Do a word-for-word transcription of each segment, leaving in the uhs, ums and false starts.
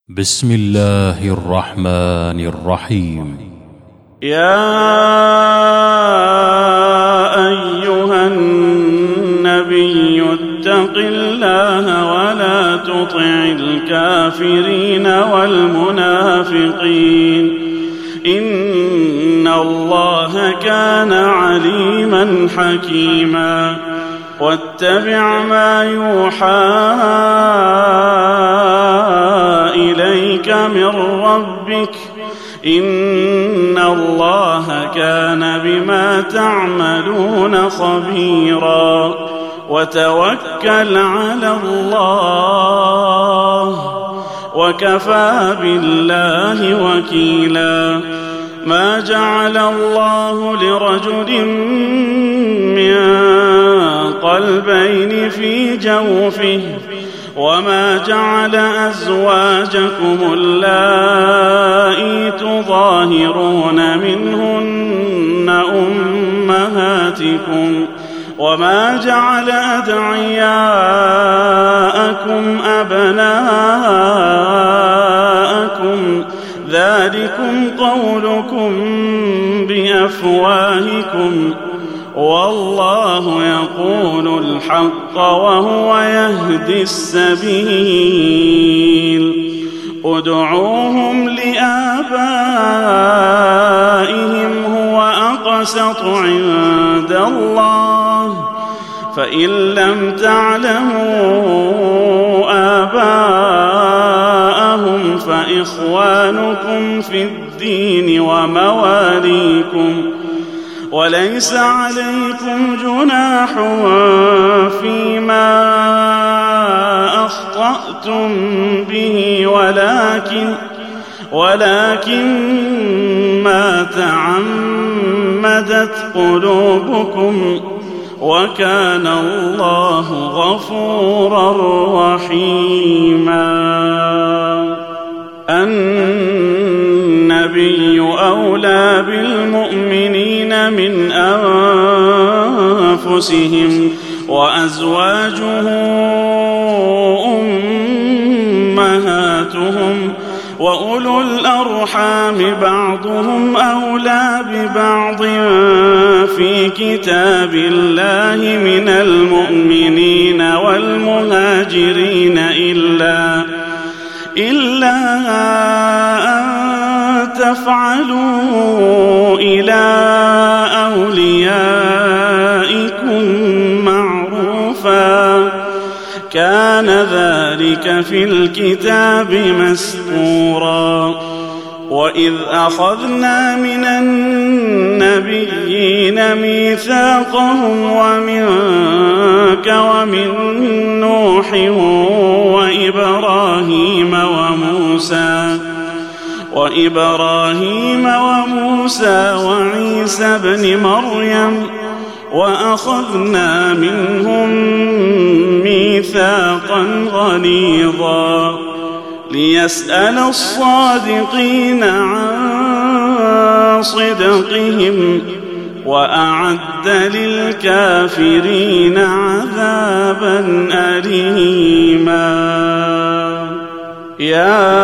بسم الله الرحمن الرحيم. يا أيها النبي اتق الله ولا تطع الكافرين والمنافقين إن الله كان عليما حكيما. واتبع ما يوحى إليك من ربك إن الله كان بما تعملون خبيرا. وتوكل على الله وكفى بالله وكيلا. ما جعل الله لرجل من قلبين في جوفه وما جعل أزواجكم اللائي تظاهرون منهن أمهاتكم وما جعل أدعياءكم أبناءكم ذلكم قولكم بأفواهكم والله يقول الحق وهو يهدي السبيل. ادعوهم لآبائهم هو أقسط عند الله فإن لم تعلموا آباءهم فإخوانكم في الدين ومواليكم وليس عليكم جناح فيما أخطأتم به ولكن ولكن ما تعمدت قلوبكم وكان الله غفورا رحيما. النبي أولى بالمؤمنين من أنفسهم وأزواجه أمهاتهم وأولو الأرحام بعضهم أولى ببعض في كتاب الله من المؤمنين والمهاجرين إلا إلا أن تفعلوا إلى أوليائكم معروفا كان ذلك في الكتاب مسطورا. وإذ أخذنا من النبيين ميثاقهم ومنك ومن نوح وإبراهيم وموسى وإبراهيم وموسى وعيسى ابن مريم وأخذنا منهم ميثاقا غليظا ليسأل الصادقين عن صدقهم وأعد للكافرين عذابا أليما. يا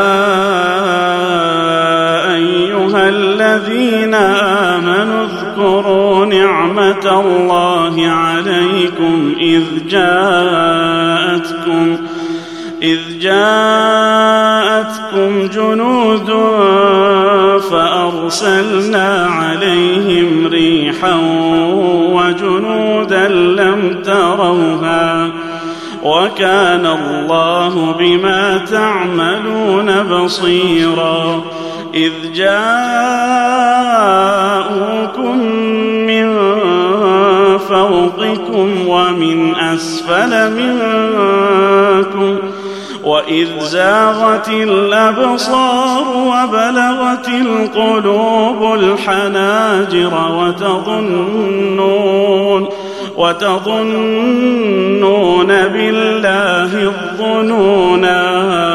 أيها الذين آمنوا اذكروا نعمة الله عليكم إذ جاءتكم إذ جاءتكم جنود فأرسلنا عليهم ريحا وجنودا لم تروها وكان الله بما تعملون بصيرا. إذ جاءوكم من فوقكم ومن أسفل منكم وإذ زاغت الأبصار وبلغت القلوب الحناجر وتظنون وتظنون بالله الظنونا.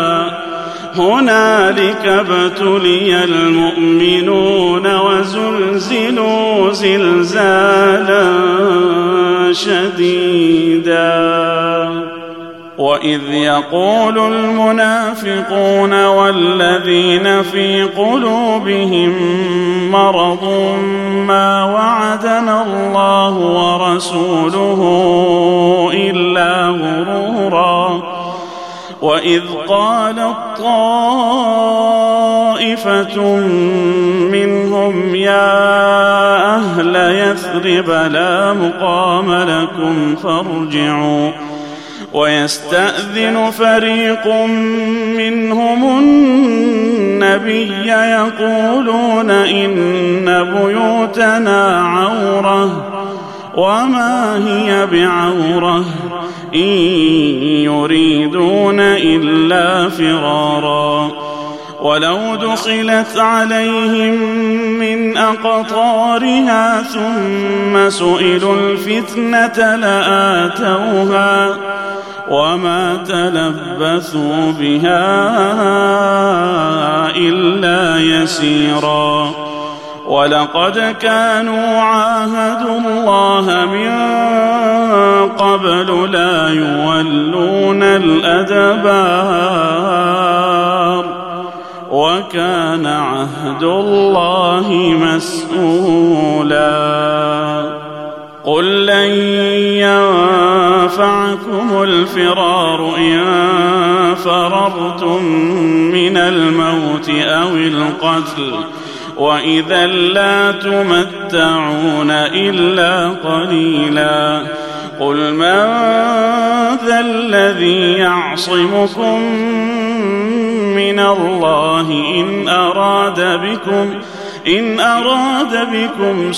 هنالك ابتلي المؤمنون وزلزلوا زلزالا شديدا. وإذ يقول المنافقون والذين في قلوبهم مرض ما وعدنا الله ورسوله إلا غرورا وإذ قالت طائفة منهم يا أهل يثرب لا مقام لكم فارجعوا ويستأذن فريق منهم النبي يقولون إن بيوتنا عورة وما هي بعورة إن يريدون إلا فرارا ولو دخلت عليهم من أقطارها ثم سئلوا الفتنة لآتوها وما تلبثوا بها إلا يسيرا ولقد كانوا عاهدوا الله من قبل لا يولون الأدبار وكان عهد الله مسؤولا قل لن ينفعكم الفرار إن فررتم من الموت أو القتل وإذا لا تمتعون إلا قليلا قل من ذا الذي يعصمكم من الله إن أراد بكم إن أراد بكم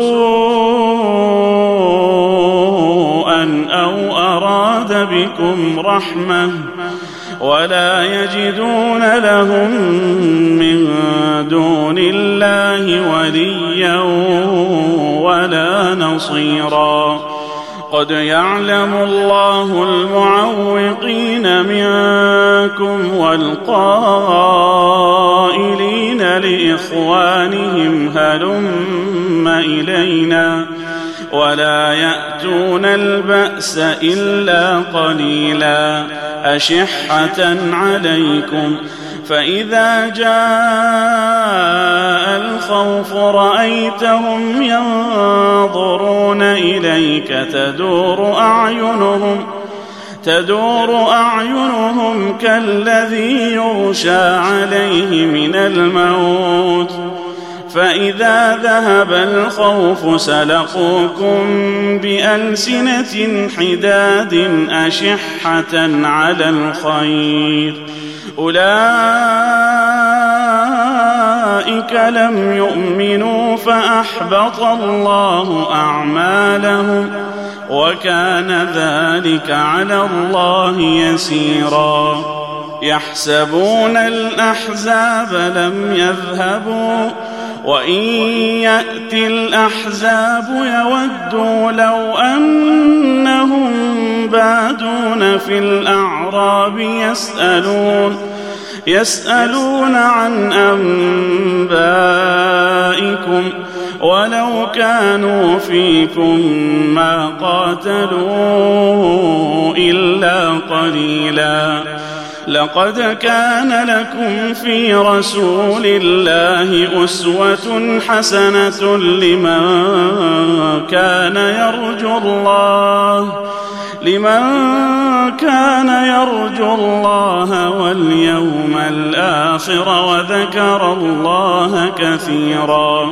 سوءا أو أراد بكم رحمة ولا يجدون لهم من دون الله وليا ولا نصيرا قد يعلم الله المعوقين منكم والقائلين لإخوانهم هلم إلينا ولا يأتون البأس إلا قليلا أشحة عليكم فإذا جاء الخوف رأيتهم ينظرون إليك تدور أعينهم تدور أعينهم كالذي يغشى عليه من الموت فإذا ذهب الخوف سلقوكم بألسنة حداد أشحة على الخير أولئك لم يؤمنوا فأحبط الله أعمالهم وكان ذلك على الله يسيرا يحسبون الأحزاب لم يذهبوا وإن يأتي الأحزاب يودوا لو أنهم بادون في الأعراب يسألون يسألون عن أنبائكم ولو كانوا فيكم ما قاتلوا إلا قليلا لقد كان لكم في رسول الله أسوة حسنة لمن كان يرجو الله لمن كان يرجو الله واليوم الآخر وذكر الله كثيرا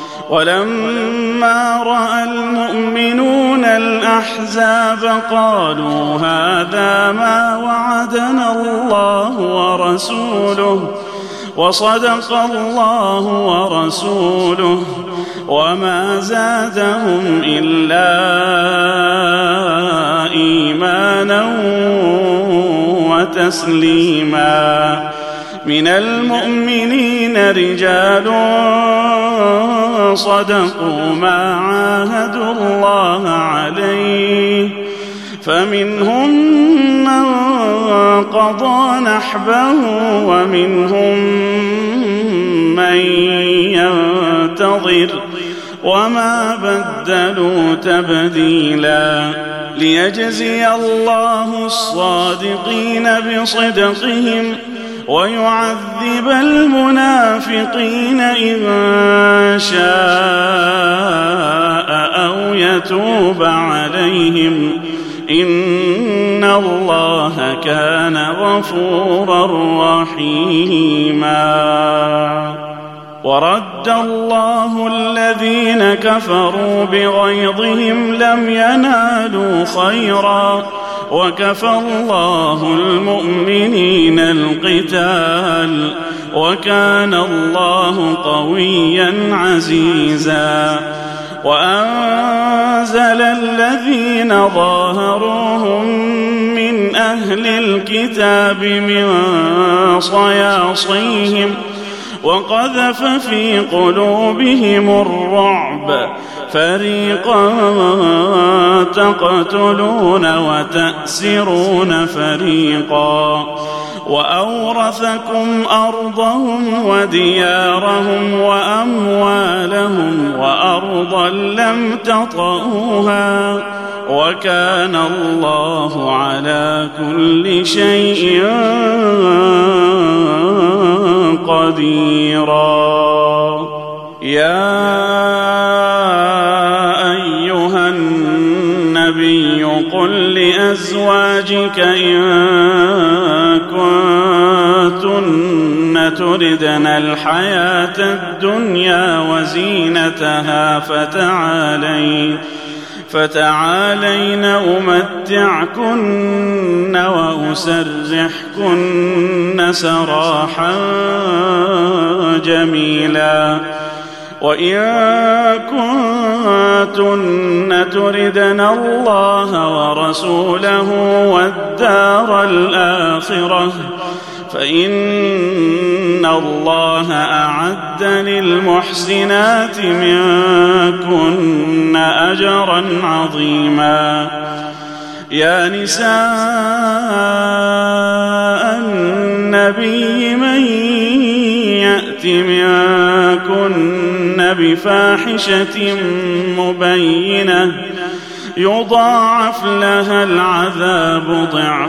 ولما رأى المؤمنون الأحزاب قالوا هذا ما وعدنا الله ورسوله وصدق الله ورسوله وما زادهم إلا إيمانا وتسليما من المؤمنين رجال صدقوا ما عاهدوا الله عليه فمنهم من قضى نحبه ومنهم من ينتظر وما بدلوا تبديلا ليجزي الله الصادقين بصدقهم ويعذب المنافقين إن شاء أو يتوب عليهم إن الله كان غفورا رحيما. ورد الله الذين كفروا بغيظهم لم ينالوا خيرا وكفى الله المؤمنين القتال وكان الله قويا عزيزا. وأنزل الذين ظاهروهم من أهل الكتاب من صياصيهم وقذف في قلوبهم الرعب فريقا تقتلون وتأسرون فريقا وأورثكم أرضهم وديارهم وأموالهم وأرضا لم تطئوها وكان الله على كل شيء قديرا. يا أيها النبي قل لأزواجك إن كنتن تردن الحياة الدنيا وزينتها فتعالين فتعالين أمتعكن وأسرحكن سراحا جميلا. وإن كنتن تردن الله ورسوله والدار الآخرة فإن الله أعد للمحسنات منكن أجرا عظيما. يا نساء النبي من يأت منكن بفاحشة مبينة يضاعف لها العذاب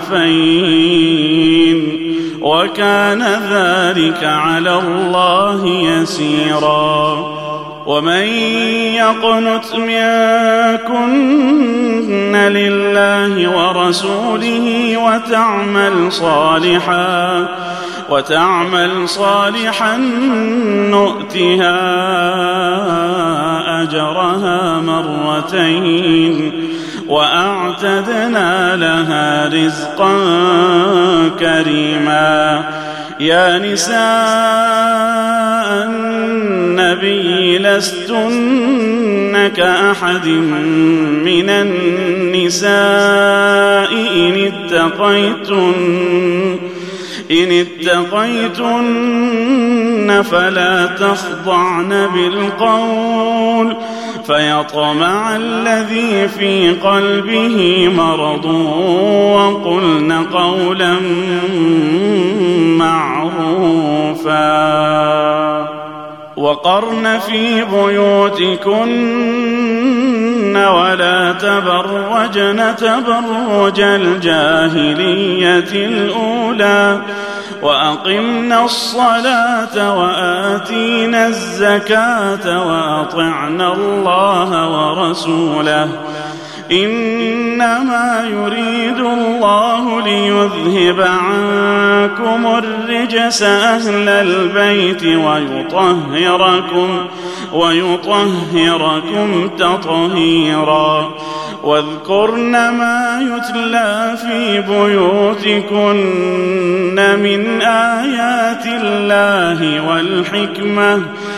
ضعفين وكان ذلك على الله يسيرا. ومن يقنت منكن لله ورسوله وتعمل صالحا وتعمل صالحا نؤتها أجرها مرتين وأعتدنا لها رزقا كريما. يا نساء النبي لستن كأحد من النساء إن اتقيتن إن اتقيتن فلا تخضعن بالقول فيطمع الذي في قلبه مرض وقلن قولا معروفا. وقرن في بيوتكن ولا تبرجن تبرج الجاهلية الأولى وأقمنا الصلاة وآتينا الزكاة وأطعنا الله ورسوله إنما يريد الله ليذهب عنكم الرجس أهل البيت ويطهركم ويطهركم تطهيرا. واذكرن ما يتلى في بيوتكن من آيات الله والحكمة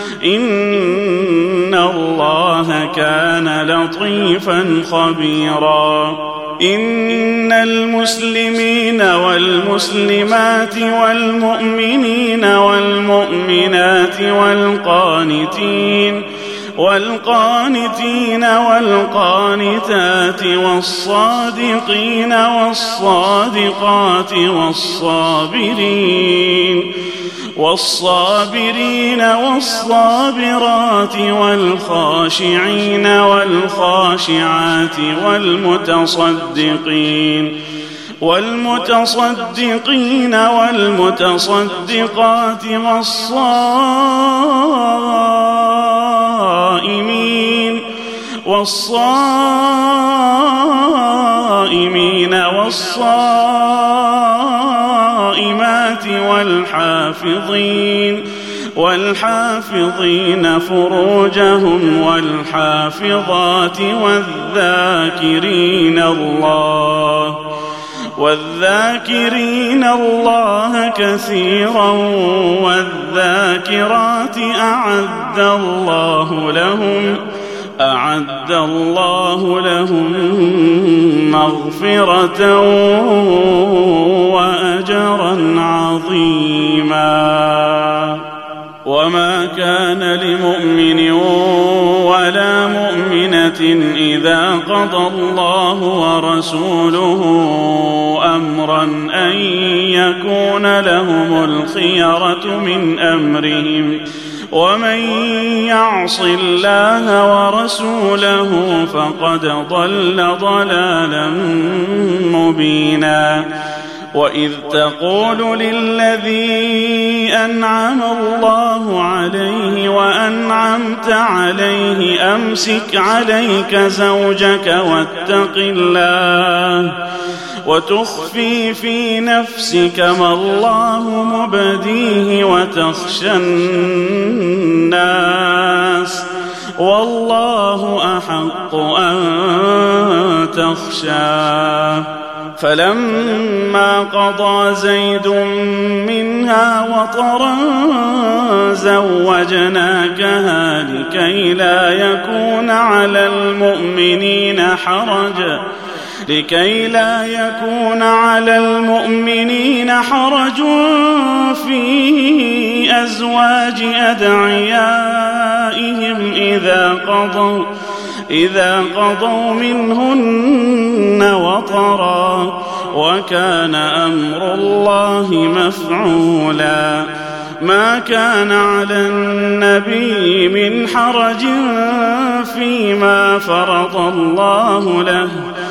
إن الله كان لطيفا خبيرا. إن المسلمين والمسلمات والمؤمنين والمؤمنات والقانتين والقانتين والقانتات والصادقين والصادقات والصابرين والصابرين والصابرات والخاشعين والخاشعات والمتصدقين والمتصدقين والمتصدقات والصائمين والصائمين والصائمات والحافظين والحافظين فروجهم والحافظات والذاكرين الله والذاكرين الله كثيرا والذاكرات أعد الله لهم أعد الله لهم مغفرة وأجرا عظيما. وما كان لمؤمن ولا مؤمنة إذا قضى الله ورسوله أمرا أن يكون لهم الخيرة من أمرهم ومن يعص الله ورسوله فقد ضل ضلالا مبينا. وإذ تقول للذي أنعم الله عليه وأنعمت عليه أمسك عليك زوجك واتق الله وتخفي في نفسك ما الله مبديه وتخشى الناس والله أحق أن تخشاه. فلما قضى زيد منها وطرا زوجناكها لكي لا يكون على المؤمنين حرج لكي لا يكون على المؤمنين حرج في أزواج أدعيائهم إذا قضوا إذا قضوا منهن وطرا وكان أمر الله مفعولا. ما كان على النبي من حرج فيما فرض الله له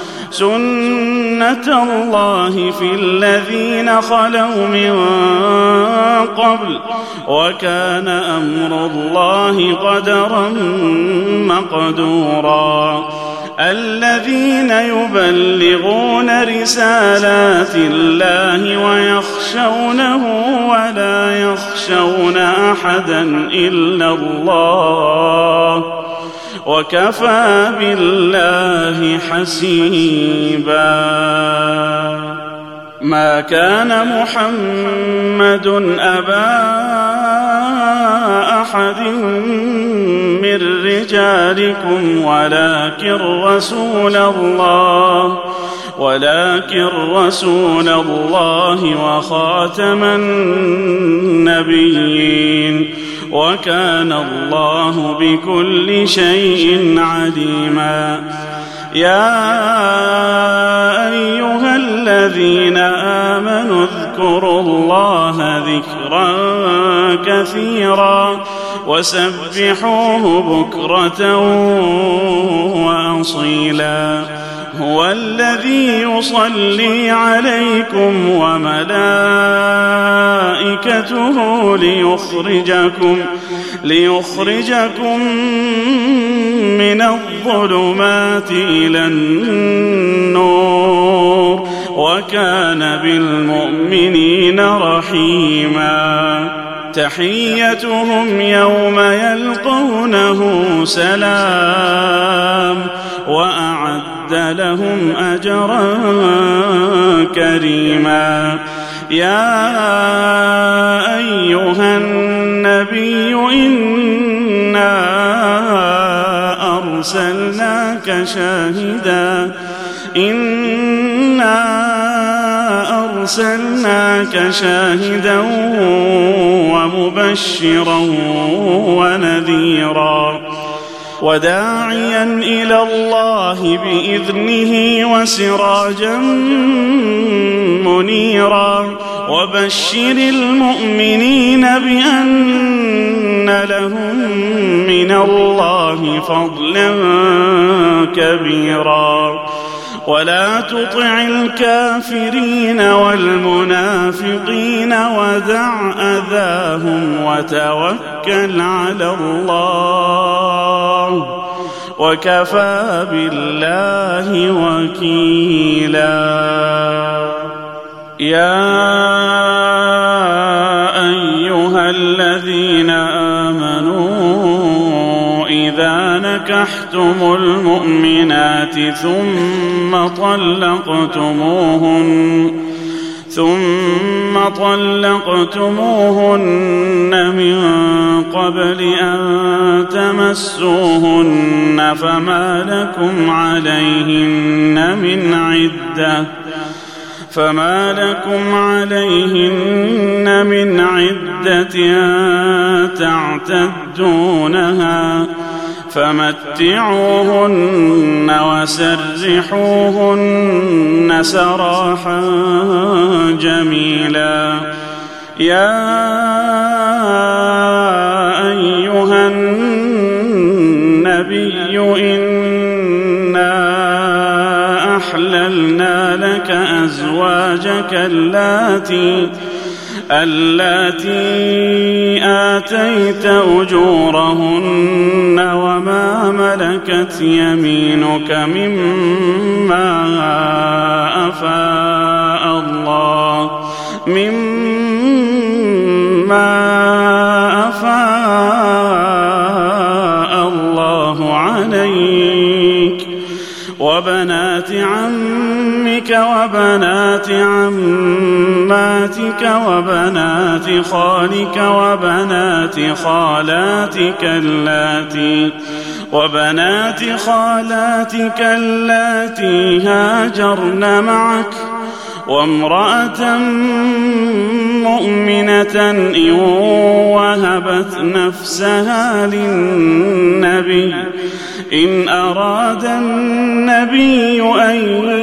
سنة الله في الذين خلوا من قبل وكان أمر الله قدرا مقدورا. الذين يبلغون رسالات الله ويخشونه ولا يخشون أحدا إلا الله وكفى بالله حسيبا. ما كان محمد أبا أحد من رجالكم ولكن رسول الله ولكن رسول الله وخاتم النبيين وكان الله بكل شيء عليما. يا أيها الذين آمنوا اذكروا الله ذكرا كثيرا وسبحوه بكرة وأصيلا. هو الذي يصلي عليكم وملائكته ليخرجكم ليخرجكم من الظلمات إلى النور وكان بالمؤمنين رحيما. تحيتهم يوم يلقونه سلام وأعد لهم أجرا كريما. يا أيها النبي إنا أرسلناك شاهدا إنا أرسلناك شاهدا ومبشرا ونذيرا وداعيا إلى الله بإذنه وسراجا منيرا وبشر المؤمنين بأن لهم من الله فضلا كبيرا ولا تطع الكافرين والمنافقين ودع أذاهم وتوكل على الله وكفى بالله وكيلا. يا أيها الذين آمنوا إذا نكحتم المؤمنات ثم طلقتموهن ثم طلقتموهن من قبل أن تمسوهن فما لكم عليهن من عدة فما لكم عليهن من عدة تعتدونها فمتعوهن وسرحوهن سراحا جميلا. يا أيها النبي إنا أحللنا لك أزواجك اللاتي اللاتي آتيت أجورهن وما ملكت يمينك مما أفاء الله مما أفاء الله عليك وبنات عمك وبنات عماتك وبنات خالك وبنات خالاتك اللاتي وبنات خالاتك اللاتي هاجرن معك وامرأة مؤمنة إن وهبت نفسها للنبي إن أراد النبي أن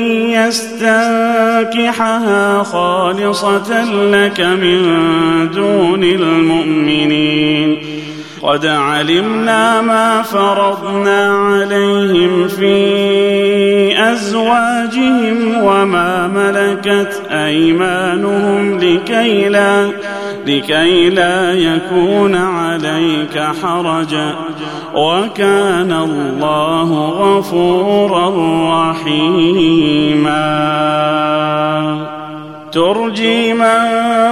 يستنكحها خالصة لك من دون المؤمنين قد علمنا ما فرضنا عليهم في أزواجهم وما ملكت أيمانهم لكي لا, لكي لا يكون عليك حرج وكان الله غفورا رحيما. ترجي من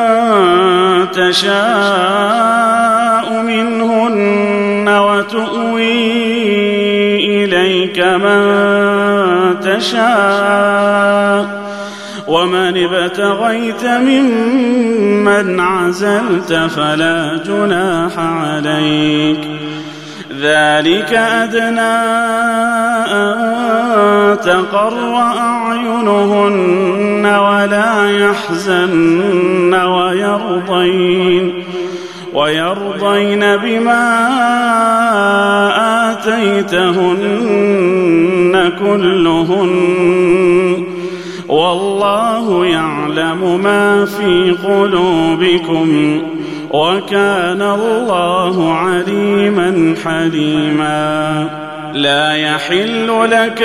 تشاء منهن وتؤوي إليك من تشاء ومن ابتغيت ممن عزلت فلا جناح عليك ذلك أدنى أن تقر أعينهن ولا يحزن ويرضين ويرضين بما آتيتهن كلهن والله يعلم ما في قلوبكم وكان الله عليما حليما. لا يحل لك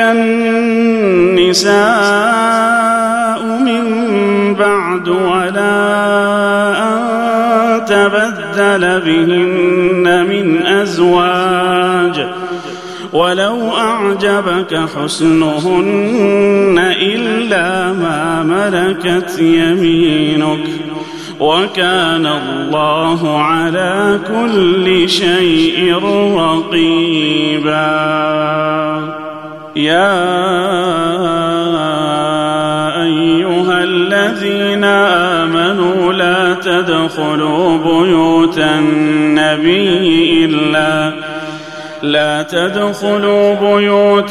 النساء من بعد ولا أن تبدل بهن من أزواج ولو أعجبك حسنهن إلا ما ملكت يمينك وكان الله على كل شيء رقيبا. يا أيها الذين آمنوا لا تدخلوا بيوت النبي إلا لا تدخلوا بيوت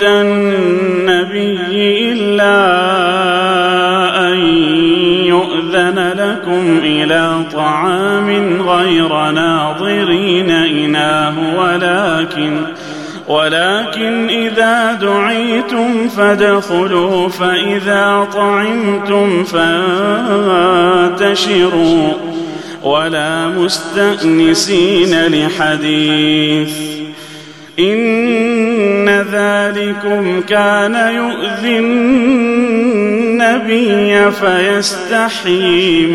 النبي إلا أن يؤذن لكم إلى طعام غير ناظرين إناه ولكن ولكن إذا دعيتم فادخلوا فإذا طعمتم فانتشروا ولا مستأنسين لحديث إن ذلكم كان يؤذي النبي فيستحيي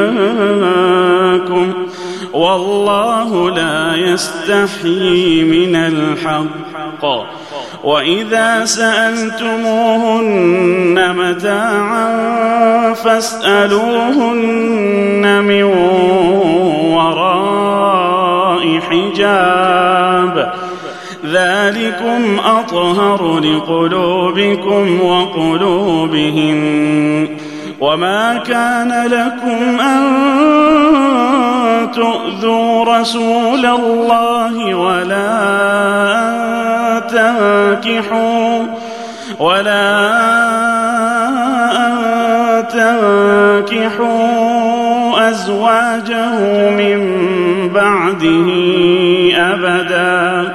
منكم والله لا يستحيي من الحق وإذا سألتموهن متاعا فاسألوهن من وراء حجاب ذلكم أطهر لقلوبكم وقلوبهن وما كان لكم أن تؤذوا رسول الله ولا أن تنكحوا ولا أن تنكحوا أزواجه من بعده أبدا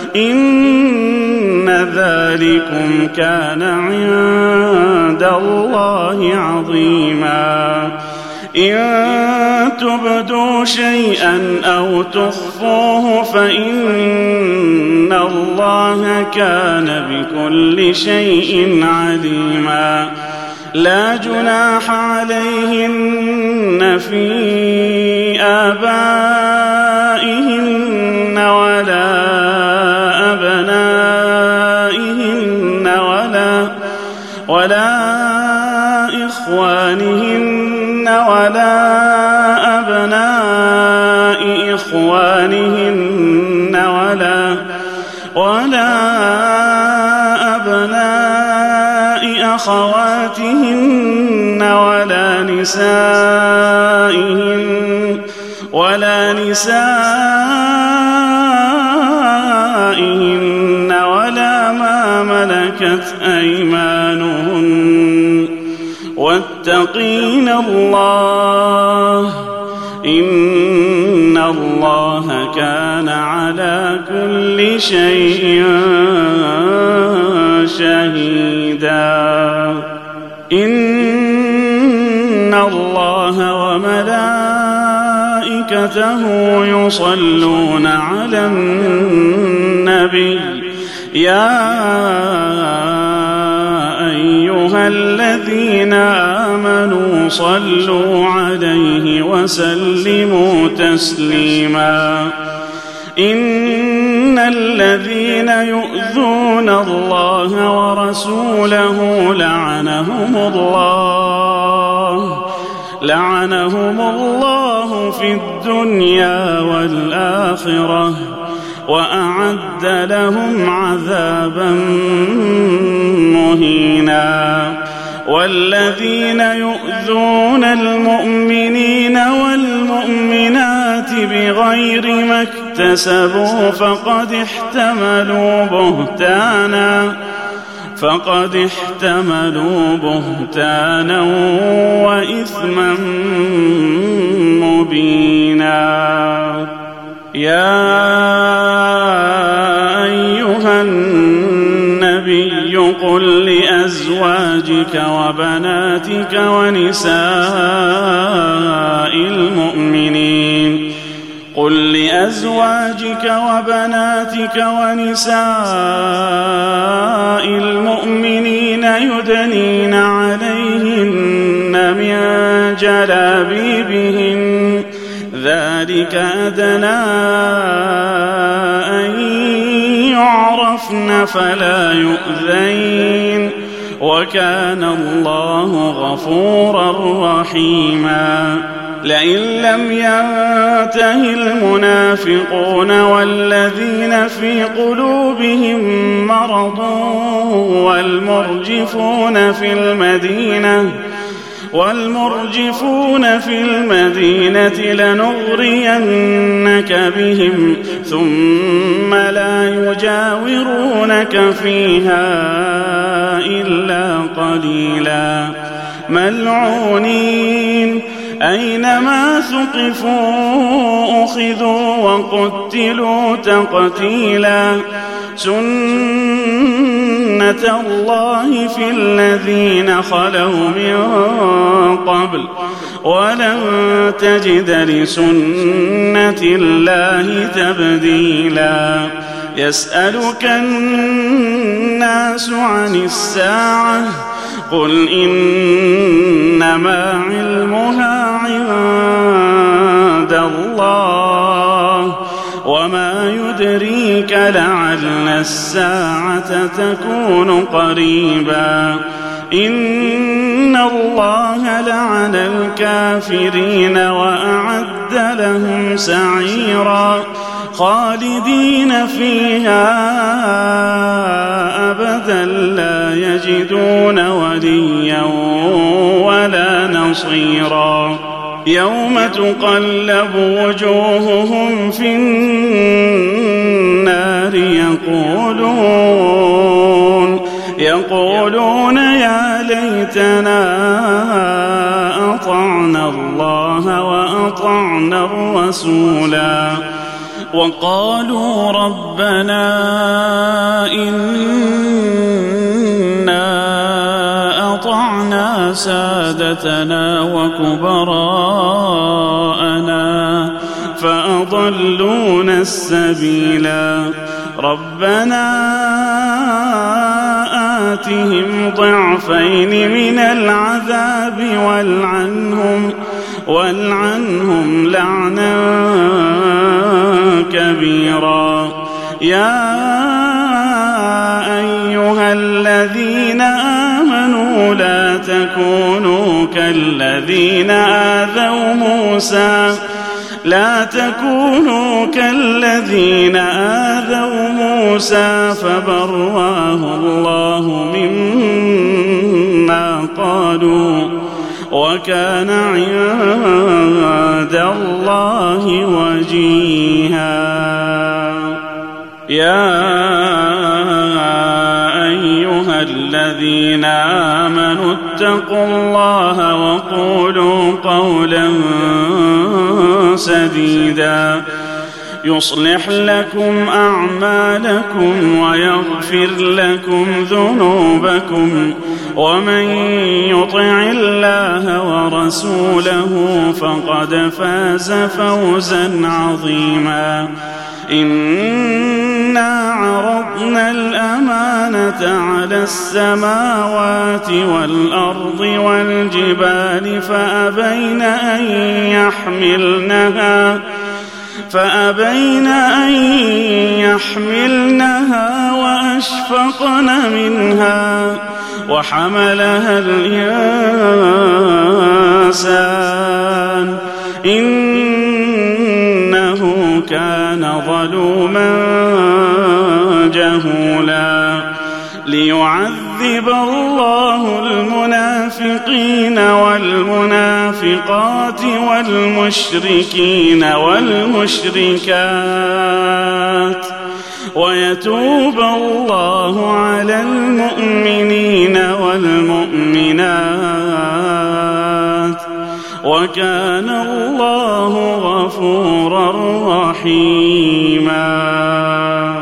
إن ذلكم كان عند الله عظيما إن تبدوا شيئا أو تخفوه فإن الله كان بكل شيء عليما لا جناح عليهن في آبائهن ولا أبنائهن ولا ولا إخوانهن ولا أبناء إخوانهن ولا ولا أبناء أخواتهن ولا نسائهن ولا نسائهن ولا ما ملكت أيمانهن واتقين الله إن الله كان على كل شيء شهيدا إن الله وملائكته يصلون على النبي يا أيها الذين آمنوا صلوا عليه وسلموا تسليما إن الذين يؤذون الله ورسوله لعنهم الله لعنهم الله في الدنيا والآخرة وأعد لهم عذابا مهينا والذين يؤذون المؤمنين والمؤمنات بغير ما اكتسبوا فقد احتملوا بهتانا فقد احتملوا بهتانا وإثما مبينا يا أيها النبي قل لأزواجك وبناتك ونساء المؤمنين قل لأزواجك وبناتك ونساء المؤمنين يدنين عليهن من جلابيبهن ذلك أدنى أن يعرفن فلا يؤذين وكان الله غفورا رحيما لئن لم ينته المنافقون والذين في قلوبهم مرض والمرجفون في المدينة والمرجفون في المدينة لنغرينك بهم ثم لا يجاورونك فيها إلا قليلا ملعونين أينما ثقفوا أخذوا وقتلوا تقتيلا سنة الله في الذين خلوا من قبل ولن تجد لسنة الله تبديلا يسألك الناس عن الساعة قل إنما علمها عند الله وما يدريك لعل الساعة تكون قريبا إن الله لعن الكافرين وأعد لهم سعيرا خالدين فيها أبدا لا يجدون وليا ولا نصيرا يوم تقلب وجوههم في النار يقولون يقولون يا ليتنا أطعنا الله وأطعنا الرسولا وقالوا ربنا إنا أطعنا سادتنا وكبراءنا فأضلونا السبيلا ربنا آتهم ضعفين من العذاب والعنهم والعنهم لعنا كبيرا يا أيها الذين آمنوا لا تكونوا كالذين آذوا موسى لا تكونوا كالذين آذوا موسى فبرأه الله مما قالوا وكان عند الله وجيها يا أيها الذين آمنوا اتقوا الله وقولوا قولا سديدا يصلح لكم أعمالكم ويغفر لكم ذنوبكم ومن يطع الله ورسوله فقد فاز فوزا عظيما إنا عرضنا الأمانة على السماوات والأرض والجبال فأبين أن يحملنها فأبين أن يحملنها وأشفقن منها وحملها الإنسان إنه كان ظلوما جهولا ليعذب الله المنافقين والمنافقات والمشركين والمشركات ويتوب الله على المؤمنين والمؤمنات وكان الله غفورا رحيما.